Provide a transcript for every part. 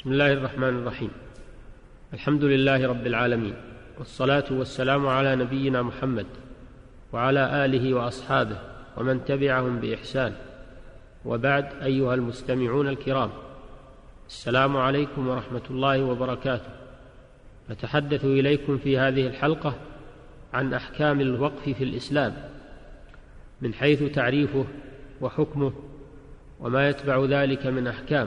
بسم الله الرحمن الرحيم. الحمد لله رب العالمين، والصلاة والسلام على نبينا محمد وعلى آله وأصحابه ومن تبعهم بإحسان، وبعد. أيها المستمعون الكرام، السلام عليكم ورحمة الله وبركاته. نتحدث إليكم في هذه الحلقة عن أحكام الوقف في الإسلام من حيث تعريفه وحكمه وما يتبع ذلك من أحكام.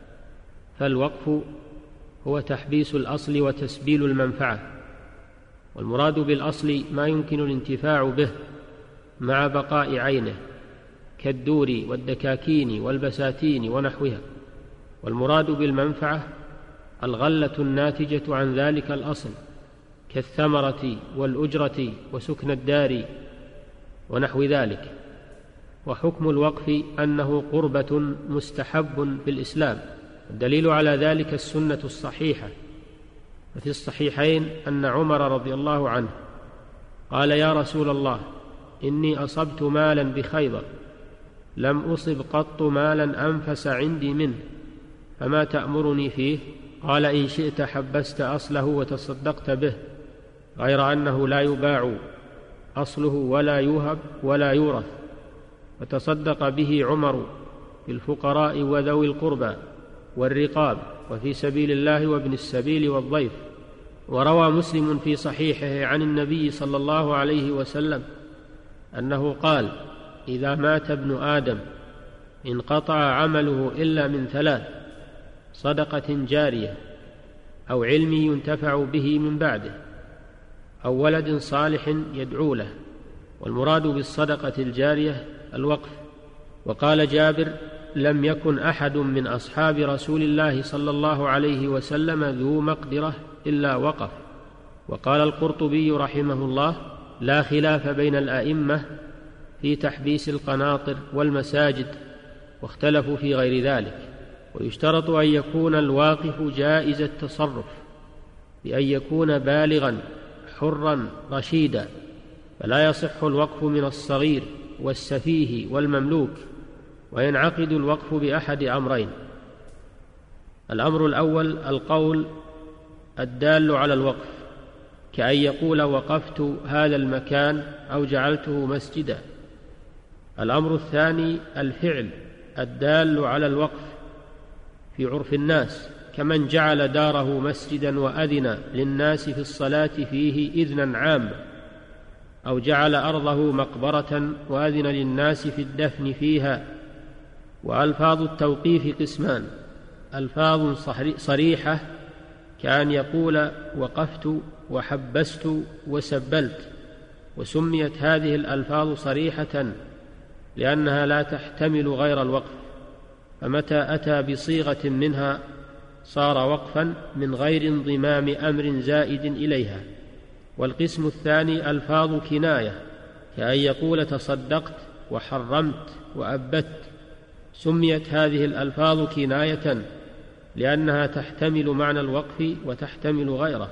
فالوقف هو تحبيس الأصل وتسبيل المنفعة، والمراد بالأصل ما يمكن الانتفاع به مع بقاء عينه كالدور والدكاكين والبساتين ونحوها، والمراد بالمنفعة الغلة الناتجة عن ذلك الأصل كالثمرة والأجرة وسكن الدار ونحو ذلك. وحكم الوقف أنه قربة مستحب في الإسلام، الدليل على ذلك السنة الصحيحة. وفي الصحيحين أن عمر رضي الله عنه قال: يا رسول الله، إني أصبت مالا بخيبر لم أصب قط مالا أنفس عندي منه، فما تأمرني فيه؟ قال: إن شئت حبست أصله وتصدقت به، غير أنه لا يباع أصله ولا يوهب ولا يورث. وتصدق به عمر بالفقراء وذوي القربى والرقاب وفي سبيل الله وابن السبيل والضيف. وروى مسلم في صحيحه عن النبي صلى الله عليه وسلم أنه قال: إذا مات ابن آدم انقطع عمله إلا من ثلاث: صدقة جارية، أو علم ينتفع به من بعده، أو ولد صالح يدعو له. والمراد بالصدقة الجارية الوقف. وقال جابر: لم يكن أحد من أصحاب رسول الله صلى الله عليه وسلم ذو مقدرة إلا وقف. وقال القرطبي رحمه الله: لا خلاف بين الأئمة في تحبيس القناطر والمساجد، واختلفوا في غير ذلك. ويشترط أن يكون الواقف جائز التصرف، بأن يكون بالغا حرا رشيدا، فلا يصح الوقف من الصغير والسفيه والمملوك. وينعقد الوقف بأحد أمرين: الأمر الأول القول الدال على الوقف، كأن يقول: وقفت هذا المكان أو جعلته مسجدا. الأمر الثاني الفعل الدال على الوقف في عرف الناس، كمن جعل داره مسجدا وأذن للناس في الصلاة فيه إذنا عاما، أو جعل أرضه مقبرة وأذن للناس في الدفن فيها. وألفاظ التوقيف قسمان: ألفاظ صريحة كأن يقول: وقفت وحبست وسبلت. وسميت هذه الألفاظ صريحة لأنها لا تحتمل غير الوقف، فمتى أتى بصيغة منها صار وقفا من غير انضمام أمر زائد إليها. والقسم الثاني ألفاظ كناية، كأن يقول: تصدقت وحرمت وأبت. سميت هذه الألفاظ كناية لأنها تحتمل معنى الوقف وتحتمل غيره،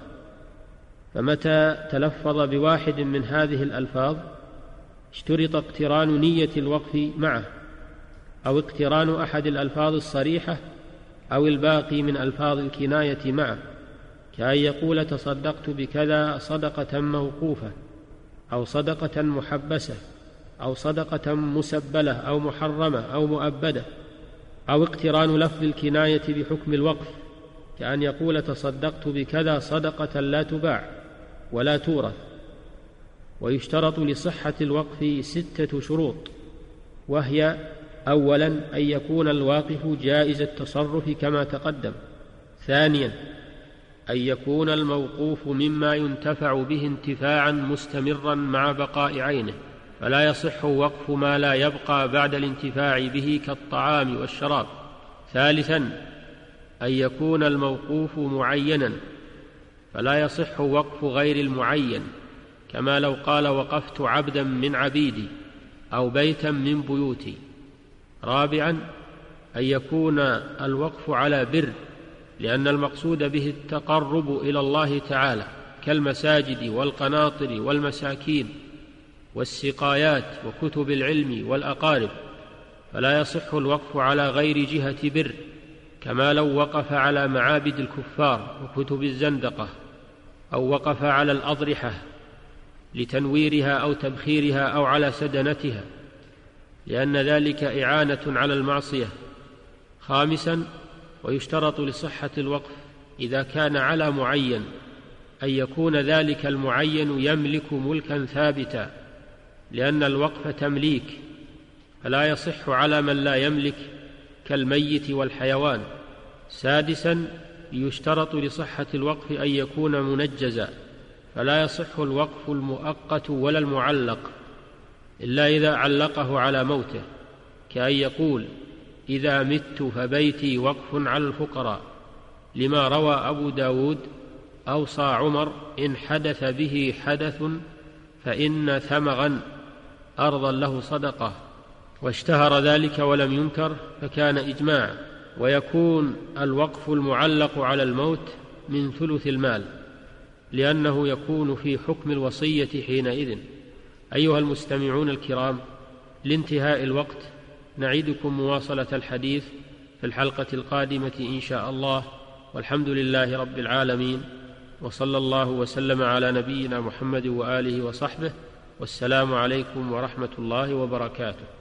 فمتى تلفظ بواحد من هذه الألفاظ اشترط اقتران نية الوقف معه، أو اقتران أحد الألفاظ الصريحة أو الباقي من ألفاظ الكناية معه، كأن يقول: تصدقت بكذا صدقة موقوفة، أو صدقة محبسة، أو صدقة مسبلة أو محرمة أو مؤبدة. أو اقتران لفظ الكناية بحكم الوقف، كأن يقول: تصدقت بكذا صدقة لا تباع ولا تورث. ويشترط لصحة الوقف 6 شروط، وهي: أولا أن يكون الواقف جائز التصرف كما تقدم. ثانيا أن يكون الموقوف مما ينتفع به انتفاعا مستمرا مع بقاء عينه، فلا يصح وقف ما لا يبقى بعد الانتفاع به كالطعام والشراب. ثالثا أن يكون الموقوف معينا، فلا يصح وقف غير المعين، كما لو قال: وقفت عبدا من عبيدي أو بيتا من بيوتي. رابعا أن يكون الوقف على بر، لأن المقصود به التقرب إلى الله تعالى، كالمساجد والقناطر والمساكين والسقايات وكتب العلم والأقارب، فلا يصح الوقف على غير جهة بر، كما لو وقف على معابد الكفار وكتب الزندقة، أو وقف على الأضرحة لتنويرها أو تبخيرها أو على سدنتها، لأن ذلك إعانة على المعصية. خامسا، ويشترط لصحة الوقف إذا كان على معين أن يكون ذلك المعين يملك ملكا ثابتا، لأن الوقف تمليك، فلا يصح على من لا يملك كالميت والحيوان. سادسا، يشترط لصحة الوقف أن يكون منجزا، فلا يصح الوقف المؤقت ولا المعلق إلا إذا علقه على موته، كأن يقول: إذا مت فبيتي وقف على الفقراء، لما روى أبو داود: أوصى عمر: إن حدث به حدث فإن ثمغا أرضا له صدقة، واشتهر ذلك ولم ينكر فكان إجماع. ويكون الوقف المعلق على الموت من ثلث المال، لأنه يكون في حكم الوصية حينئذ. أيها المستمعون الكرام، لانتهاء الوقت نعيدكم مواصلة الحديث في الحلقة القادمة إن شاء الله، والحمد لله رب العالمين، وصلى الله وسلم على نبينا محمد وآله وصحبه، والسلام عليكم ورحمة الله وبركاته.